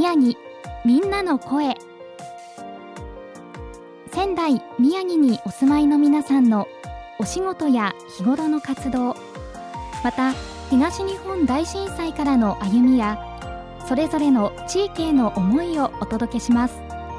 宮城みんなの声。仙台、宮城にお住まいの皆さんのお仕事や日頃の活動、また東日本大震災からの歩みやそれぞれの地域への思いをお届けします。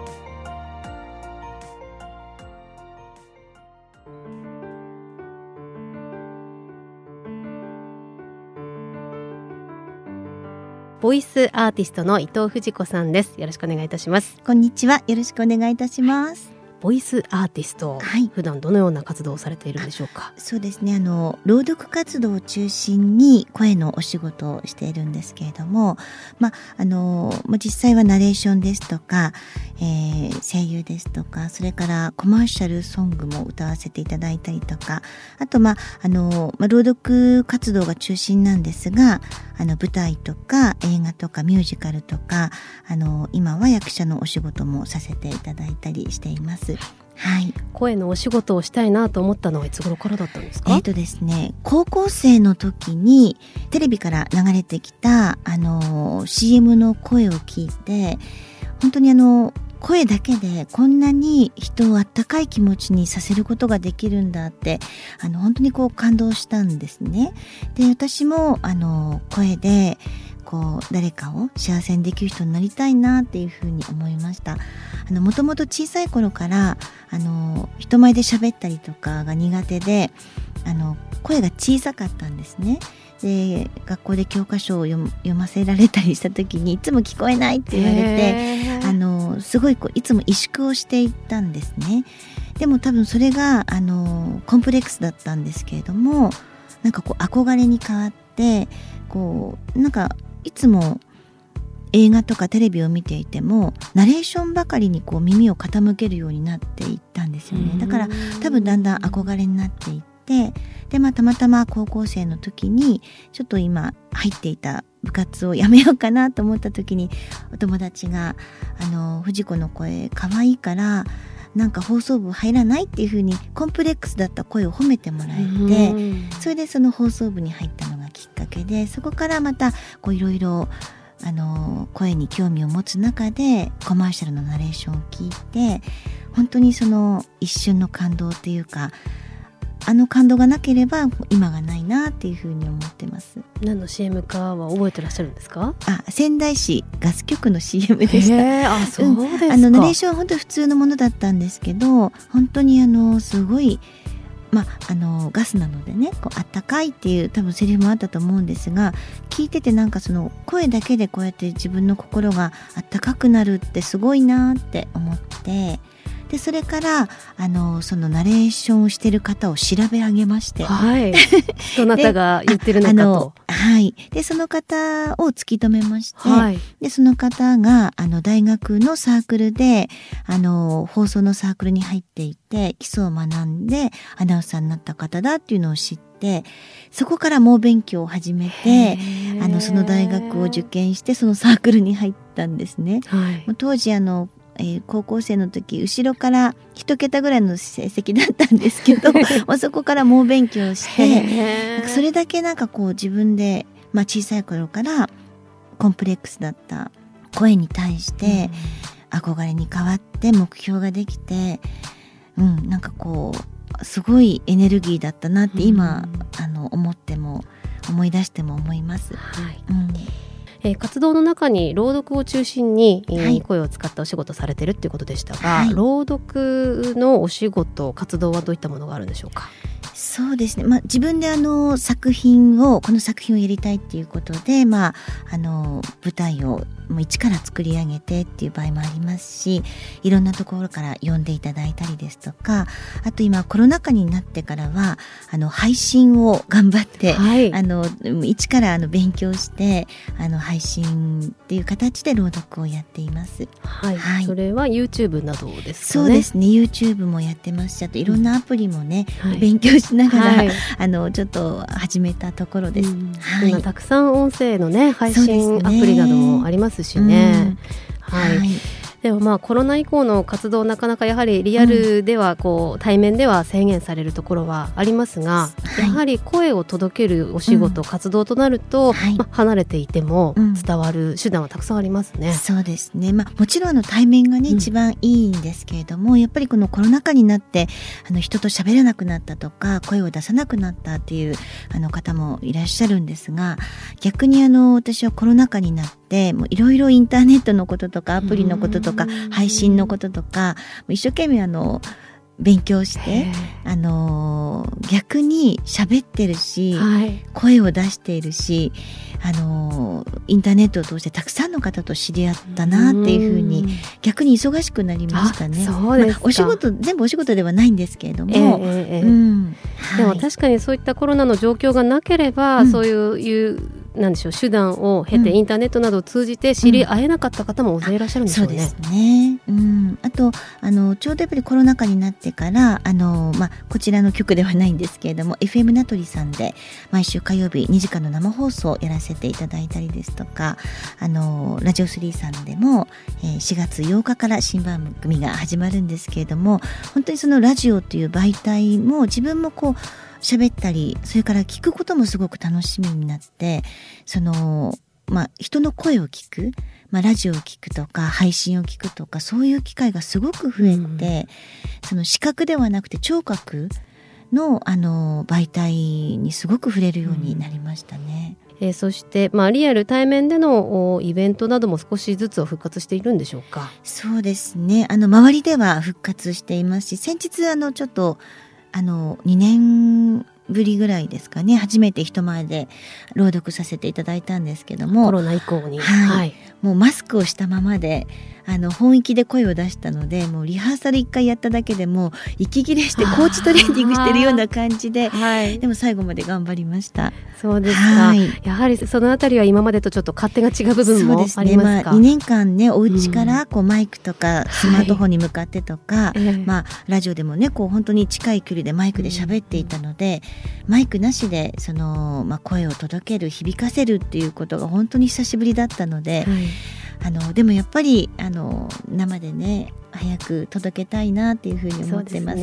ボイスアーティストの伊藤富士子さんです。よろしくお願いいたします。 こんにちは、よろしくお願いいたします。 ボイスアーティスト、 はい、 普段どのような活動をされているんでしょうか？ そうですね、朗読活動を中心に声のお仕事をしているんですけれども、実際はナレーションですとか、声優ですとか、それからコマーシャルソングも歌わせていただいたりとか、あと朗読活動が中心なんですが、舞台とか映画とかミュージカルとか、今は役者のお仕事もさせていただいたりしています。はい、 声のお仕事をしたいなと思ったのはいつ頃からだったんですか？ ですね、高校生の時にテレビから流れてきたCM の声を聞いて、本当に声だけでこんなに人をあったかい気持ちにさせることができるんだって本当に感動したんですね。で、私も声で誰かを幸せにできる人になりたいなっていうふうに思いました。もともと小さい頃から人前で喋ったりとかが苦手で声が小さかったんですね。で、学校で教科書を読ませられたりした時にいつも聞こえないって言われて、すごいいつも萎縮をしていったんですね。でも多分それがコンプレックスだったんですけれども、憧れに変わっていつも映画とかテレビを見ていてもナレーションばかりに耳を傾けるようになっていったんですよね。だから多分だんだん憧れになっていって、で、たまたま高校生の時にちょっと今入っていた部活をやめようかなと思った時に、お友達が藤子の声可愛いから放送部入らないっていう風にコンプレックスだった声を褒めてもらえて、それでその放送部に入ったのがきっかけで、そこからまたいろいろ声に興味を持つ中でコマーシャルのナレーションを聞いて、本当にその一瞬の感動っていうか、感動がなければ今がないなっていうふうに思ってます。 何の CM かは覚えてらっしゃるんですか？ 仙台市ガス局の CM でした。 そうですか。 ナレーションは本当に普通のものだったんですけど、本当にすごいガスなのでね、あったかいっていう多分セリフもあったと思うんですが、聞いててその声だけでこうやって自分の心があったかくなるってすごいなって思って、でそれからそのナレーションをしている方を調べ上げまして、 はい、どなたが言ってるのかと、 はい、でその方を突き止めまして、 はい、 でその方が大学のサークルで放送のサークルに入っていて基礎を学んでアナウンサーになった方だっていうのを知って、そこから猛勉強を始めてその大学を受験してそのサークルに入ったんですね。 はい、 もう当時高校生の時後ろから一桁ぐらいの成績だったんですけどそこから猛勉強してそれだけ自分で、小さい頃からコンプレックスだった声に対して憧れに変わって目標ができて、すごいエネルギーだったなって今思い出しても思います。 はい、活動の中に朗読を中心に、声を使ったお仕事されてるっていうことでしたが、朗読のお仕事活動はどういったものがあるんでしょうか？ そうですね、自分でこの作品をやりたいっていうことで、舞台をもう一から作り上げてっていう場合もありますし、いろんなところから読んでいただいたりですとか、あと今コロナ禍になってからは配信を頑張って、一から勉強して配信っていう形で朗読をやっています。 それは YouTube などですかね？ そうですね、 YouTube もやってますし、あといろんなアプリもね、勉強しながら、ちょっと始めたところです。 今たくさん音声のね配信アプリなどもありますしね。 でもコロナ以降の活動なかなかやはりリアルでは対面では制限されるところはありますが、やはり声を届けるお仕事、活動となると、離れていても伝わる手段はたくさんありますね。 そうですね、もちろん対面がね、一番いいんですけれども、やっぱりこのコロナ禍になって人と喋らなくなったとか声を出さなくなったっていう方もいらっしゃるんですが、逆に私はコロナ禍になってもういろいろインターネットのこととかアプリのこととか配信のこととか一生懸命勉強して逆に喋ってるし、声を出しているしインターネットを通してたくさんの方と知り合ったなっていうふうに逆に忙しくなりましたね。 そうですか。 全部お仕事ではないんですけれども、 でも確かにそういったコロナの状況がなければ、そういうなんでしょう、手段を経て、インターネットなどを通じて知り合えなかった方も大勢いらっしゃるんでしょうね。 そうですね。あとちょうどやっぱりコロナ禍になってからこちらの局ではないんですけれども FM 名取さんで毎週火曜日2時間の生放送をやらせていただいたりですとかラジオ3さんでも4月8日から新番組が始まるんですけれども、本当にそのラジオという媒体も自分も喋ったり、それから聞くこともすごく楽しみになって、人の声を聞く、ラジオを聞くとか配信を聞くとかそういう機会がすごく増えて、その視覚ではなくて聴覚の媒体にすごく触れるようになりましたね。 そして、リアル対面でのイベントなども少しずつは復活しているんでしょうか。 そうですね、周りでは復活していますし、先日ちょっと2年ぶりぐらいですかね、初めて人前で朗読させていただいたんですけども、 コロナ以降に、 もうマスクをしたままで本域で声を出したので、もうリハーサル1回やっただけでもう息切れしてコーチトレーニングしてるような感じで、でも最後まで頑張りました。 そうですか、やはりそのあたりは今までとちょっと勝手が違う部分もありますか。そうですね、 2年間ねお家からマイクとかスマートフォンに向かってとか、ラジオでもね本当に近い距離でマイクで喋っていたので、マイクなしで声を届ける、響かせるっていうことが本当に久しぶりだったので、でもやっぱり生でね早く届けたいなっていうふうに思ってます。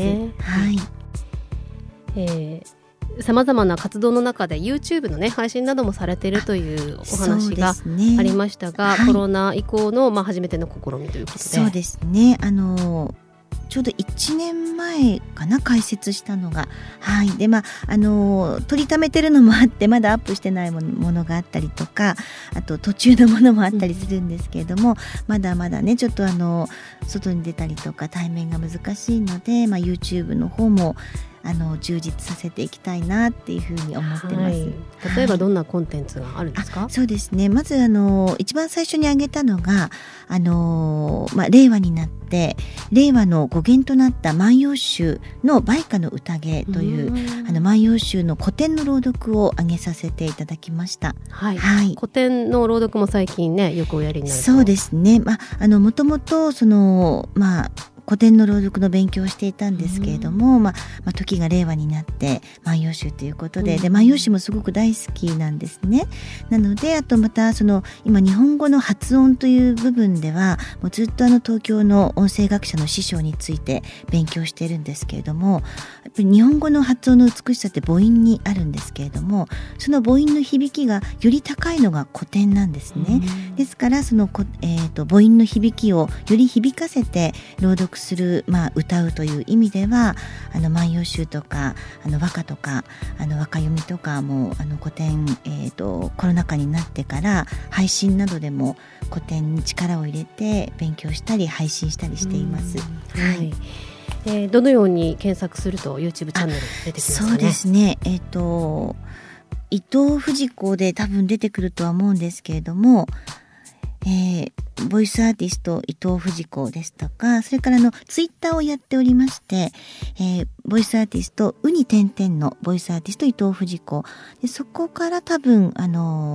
さまざまな活動の中で YouTube の、配信などもされているというお話がありましたが、コロナ以降の、初めての試みということで。 そうですね、ちょうど1年前かな、開設したのが。で取りためてるのもあってまだアップしてないものがあったりとか、あと途中のものもあったりするんですけれども、まだまだねちょっと外に出たりとか対面が難しいので、YouTube の方も充実させていきたいなっていうふうに思ってます。 例えばどんなコンテンツがあるんですか。 そうですね、まず一番最初に挙げたのが令和になって令和の語源となった万葉集の梅花の宴という万葉集の古典の朗読を挙げさせていただきました。 古典の朗読も最近ねよくおやりになると。 そうですね、もともと古典の朗読の勉強をしていたんですけれども、時が令和になって万葉集ということで、万葉集もすごく大好きなんですね。なのであとまた今日本語の発音という部分ではもうずっと東京の音声学者の師匠について勉強しているんですけれども、やっぱり日本語の発音の美しさって母音にあるんですけれども、その母音の響きがより高いのが古典なんですね。ですから母音の響きをより響かせて朗読する、歌うという意味では万葉集とか和歌とか和歌読みとかも古典、コロナ禍になってから配信などでも古典に力を入れて勉強したり配信したりしています。 どのように検索すると YouTube チャンネル出てきますかね。 そうですね、伊藤藤子で多分出てくるとは思うんですけれども、ボイスアーティスト伊藤藤子ですとか、それからツイッターをやっておりまして、ボイスアーティストウニ点々のボイスアーティスト伊藤藤子で、そこから多分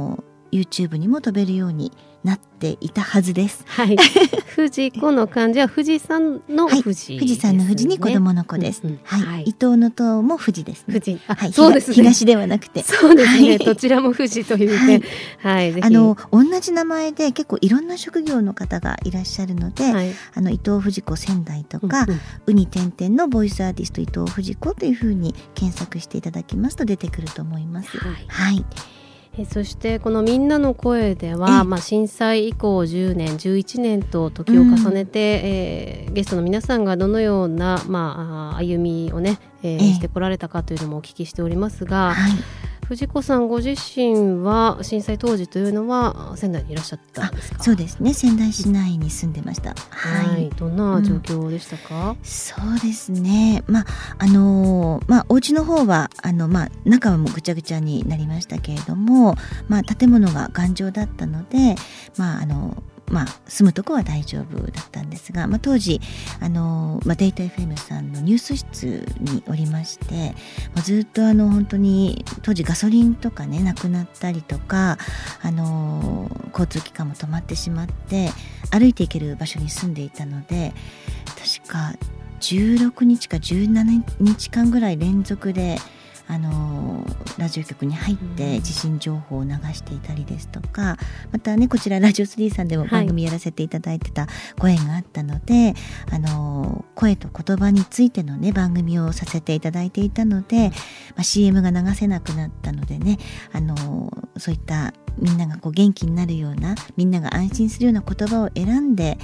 YouTube にも飛べるようになっていたはずです。 はい。藤子の漢字は富士山の富士ですね。 富士山の富士に子供の子です。はい。伊藤の塔も富士ですね。 富士。 はい。 そうですね。 東ではなくて。 そうですね。どちらも富士というね。はい。ぜひ同じ名前で結構いろんな職業の方がいらっしゃるので、伊藤藤子仙台とか、ウニ点々のボイスアーティスト伊藤藤子というふうに検索していただきますと出てくると思います。はい。 そしてこのみんなの声では、震災以降10年11年と時を重ねて、ゲストの皆さんがどのような、歩みをね、してこられたかというのもお聞きしておりますが、藤子さんご自身は震災当時というのは仙台にいらっしゃったんですか？ そうですね、仙台市内に住んでました。はい。 どんな状況でしたか？ そうですね、お家の方は中はもうぐちゃぐちゃになりましたけれども、建物が頑丈だったので、住むとこは大丈夫だったんですが、当時データ FM さんのニュース室におりまして、ずっと本当に当時ガソリンとかねなくなったりとか、交通機関も止まってしまって歩いて行ける場所に住んでいたので、確か16日か17日間ぐらい連続でラジオ局に入って地震情報を流していたりですとか、またねこちらラジオ3さんでも番組やらせていただいてたご縁があったので、声と言葉についてのね番組をさせていただいていたので、CM が流せなくなったのでね、そういったみんなが元気になるような、みんなが安心するような言葉を選んで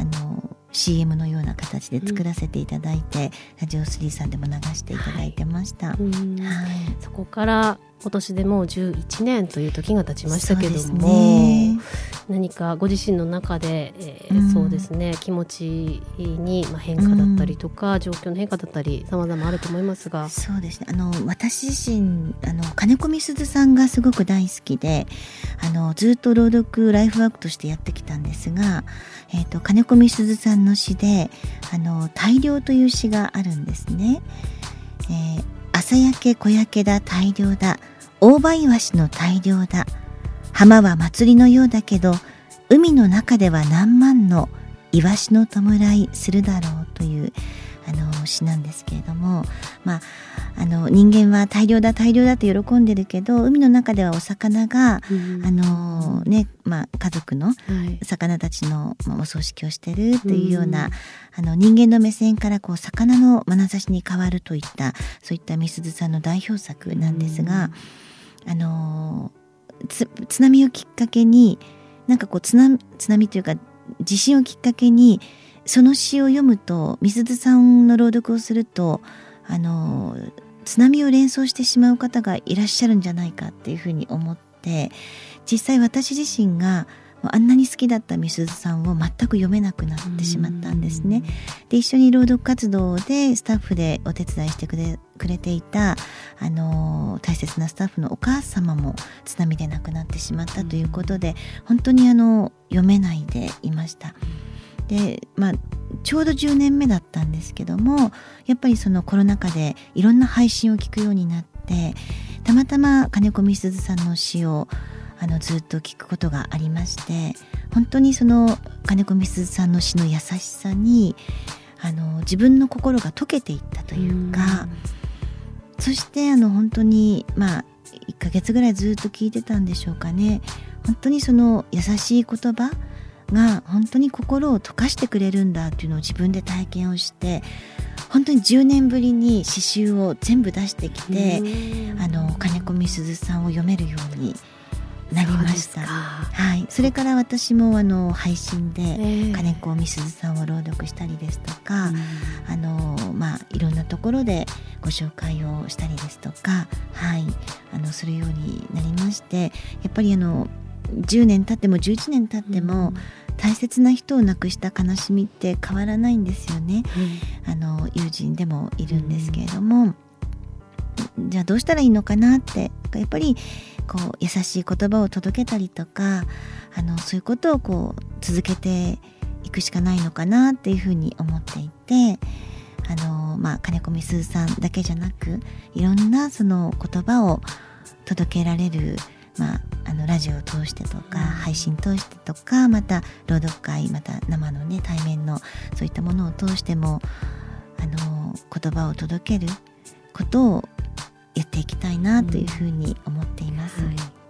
CM のような形で作らせていただいて、ラジオ3さんでも流していただいてました。 そこから今年でもう11年という時が経ちましたけども、何かご自身の中で、そうですね、気持ちに変化だったりとか、状況の変化だったり様々あると思いますが。 そうですね、私自身金子みすずさんがすごく大好きで、ずっと朗読ライフワークとしてやってきたんですが、金子みすずさんの詩で大量という詩があるんですね。朝焼け小焼けだ大量だ、大葉イワシの大量だ、浜は祭りのようだけど海の中では何万のイワシの弔いするだろうという詩なんですけれども、人間は大量だ大量だと喜んでるけど、海の中ではお魚が、家族の魚たちのお葬式をしてるというような、人間の目線から魚の眼差しに変わるといった、そういったみすずさんの代表作なんですが、津波をきっかけに津波というか地震をきっかけにその詩を読むと、みすずさんの朗読をすると津波を連想してしまう方がいらっしゃるんじゃないかっていうふうに思って、実際私自身があんなに好きだったみすずさんを全く読めなくなってしまったんですね。で、一緒に朗読活動でスタッフでお手伝いしてくれていた大切なスタッフのお母様も津波で亡くなってしまったということで、本当に読めないでいました。で、ちょうど10年目だったんですけども、やっぱりそのコロナ禍でいろんな配信を聞くようになって、たまたま金子みすずさんの詩をずっと聞くことがありまして、本当にその金子みすずさんの詩の優しさに自分の心が溶けていったというか、そして本当に1ヶ月ぐらいずっと聞いてたんでしょうかね。本当にその優しい言葉が本当に心を溶かしてくれるんだっていうのを自分で体験をして、本当に10年ぶりに詩集を全部出してきて、金子みすずさんを読めるようになりました。はい、それから私も配信で金子みすずさんを朗読したりですとか、いろんなところでご紹介をしたりですとか、するようになりまして、やっぱり10年経っても11年経っても、大切な人を亡くした悲しみって変わらないんですよね。友人でもいるんですけれども、じゃあどうしたらいいのかなって、やっぱり優しい言葉を届けたりとか、そういうことを続けていくしかないのかなっていうふうに思っていて、金子みすずさんだけじゃなく、いろんなその言葉を届けられるラジオを通してとか、配信通してとか、また朗読会、また生のね対面のそういったものを通しても言葉を届けることをやっていきたいなというふうに思っています。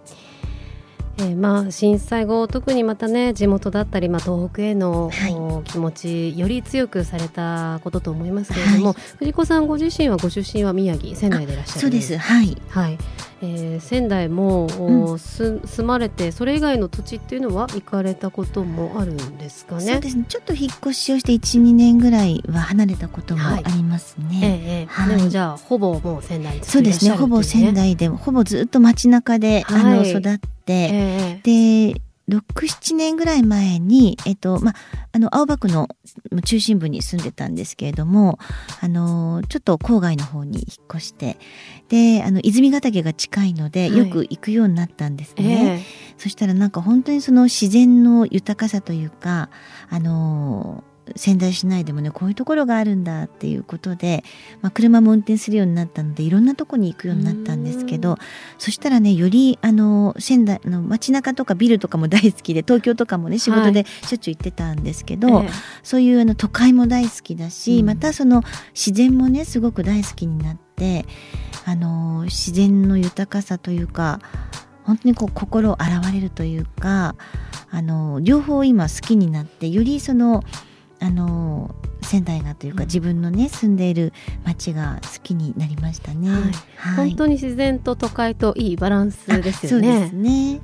震災後特にまたね地元だったり、東北への、気持ちより強くされたことと思いますけれども、藤子さんご自身はご出身は宮城仙台でいらっしゃる。 そうです。はい、 仙台も、住まれてそれ以外の土地っていうのは行かれたこともあるんですかね。 そうですね、ちょっと引っ越しをして 1,2 年ぐらいは離れたこともありますね。 でもじゃあほぼもう仙台にずっといらっしゃる。そうですね、ほぼ仙台でほぼずっと街中で、育って、で6,7 年ぐらい前に、青葉区の中心部に住んでたんですけれども、ちょっと郊外の方に引っ越して、で泉ヶ岳が近いのでよく行くようになったんですね。そしたらなんか本当にその自然の豊かさというか、仙台市内でもねこういうところがあるんだっていうことで、車も運転するようになったのでいろんなとこに行くようになったんですけど、そしたらねより仙台の街中とかビルとかも大好きで、東京とかもね仕事でしょっちゅう行ってたんですけど、そういう都会も大好きだし、またその自然もねすごく大好きになって、自然の豊かさというか本当に心洗われるというか、両方今好きになって、よりその仙台がというか自分のね住んでいる町が好きになりましたね。 本当に自然と都会といいバランスですよね。 そうですね。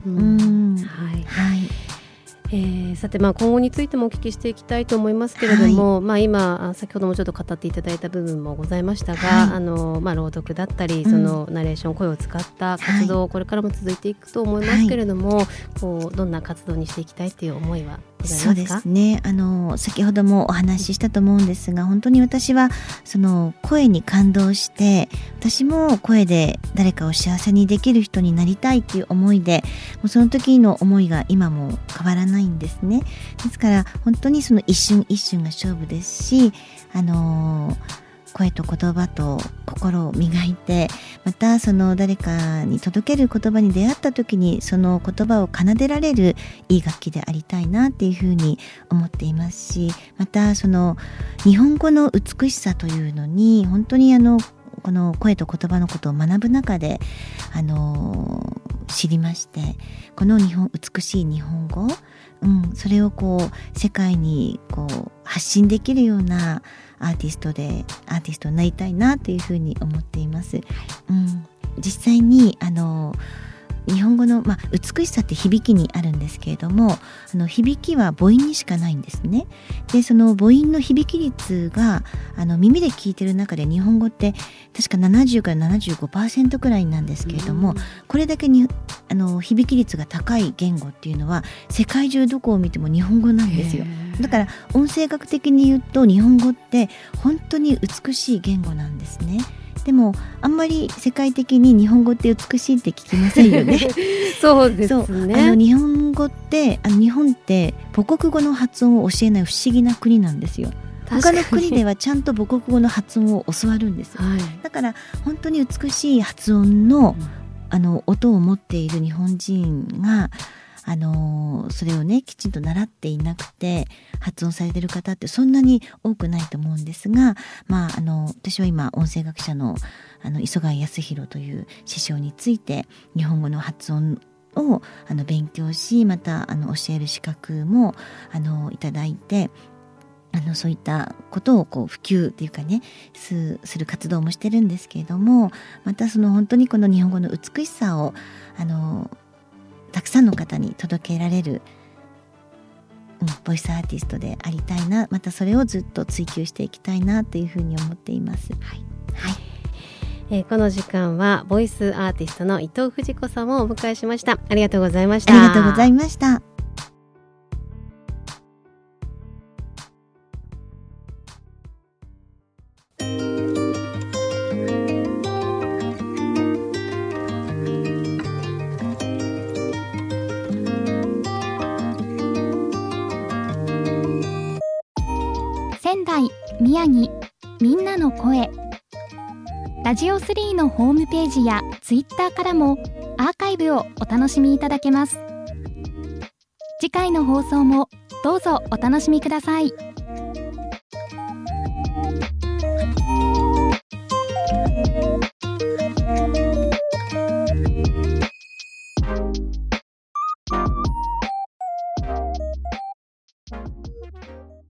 さて今後についてもお聞きしていきたいと思いますけれども、今先ほどもちょっと語っていただいた部分もございましたが、朗読だったりそのナレーション、声を使った活動、これからも続いていくと思いますけれども、どんな活動にしていきたいという思いはございますか？ そうですね、先ほどもお話ししたと思うんですが、本当に私はその声に感動して、私も声で誰かを幸せにできる人になりたいという思いで、もうその時の思いが今も変わらないんですね。ですから本当にその一瞬一瞬が勝負ですし、声と言葉と心を磨いて、またその誰かに届ける言葉に出会った時にその言葉を奏でられるいい楽器でありたいなっていうふうに思っていますし、またその日本語の美しさというのに本当にこの声と言葉のことを学ぶ中で知りまして、この美しい日本語、それを世界に発信できるようなアーティストになりたいなというふうに思っています。実際に日本語の、美しさって響きにあるんですけれども、響きは母音にしかないんですね。でその母音の響き率が耳で聞いてる中で日本語って確か70から 75% くらいなんですけれども、これだけに響き率が高い言語っていうのは世界中どこを見ても日本語なんですよ。だから音声学的に言うと日本語って本当に美しい言語なんですね。でもあんまり世界的に日本語って美しいって聞きませんよね。 そうですね。 日本語って日本って母国語の発音を教えない不思議な国なんですよ。他の国ではちゃんと母国語の発音を教わるんですよ。だから本当に美しい発音の、音を持っている日本人がそれをねきちんと習っていなくて発音されている方ってそんなに多くないと思うんですが、私は今音声学者の磯貝康弘という師匠について日本語の発音を勉強し、また教える資格もいただいて、そういったことを普及っていうかねする活動もしてるんですけれども、またその本当にこの日本語の美しさをたくさんの方に届けられる、ボイスアーティストでありたいな、またそれをずっと追求していきたいなというふうに思っています。 この時間はボイスアーティストの伊藤藤子さんをお迎えしました。ありがとうございました。 ありがとうございました。 仙台、宮城、みんなの声。 ラジオ3のホームページやツイッターからもアーカイブをお楽しみいただけます。次回の放送もどうぞお楽しみください。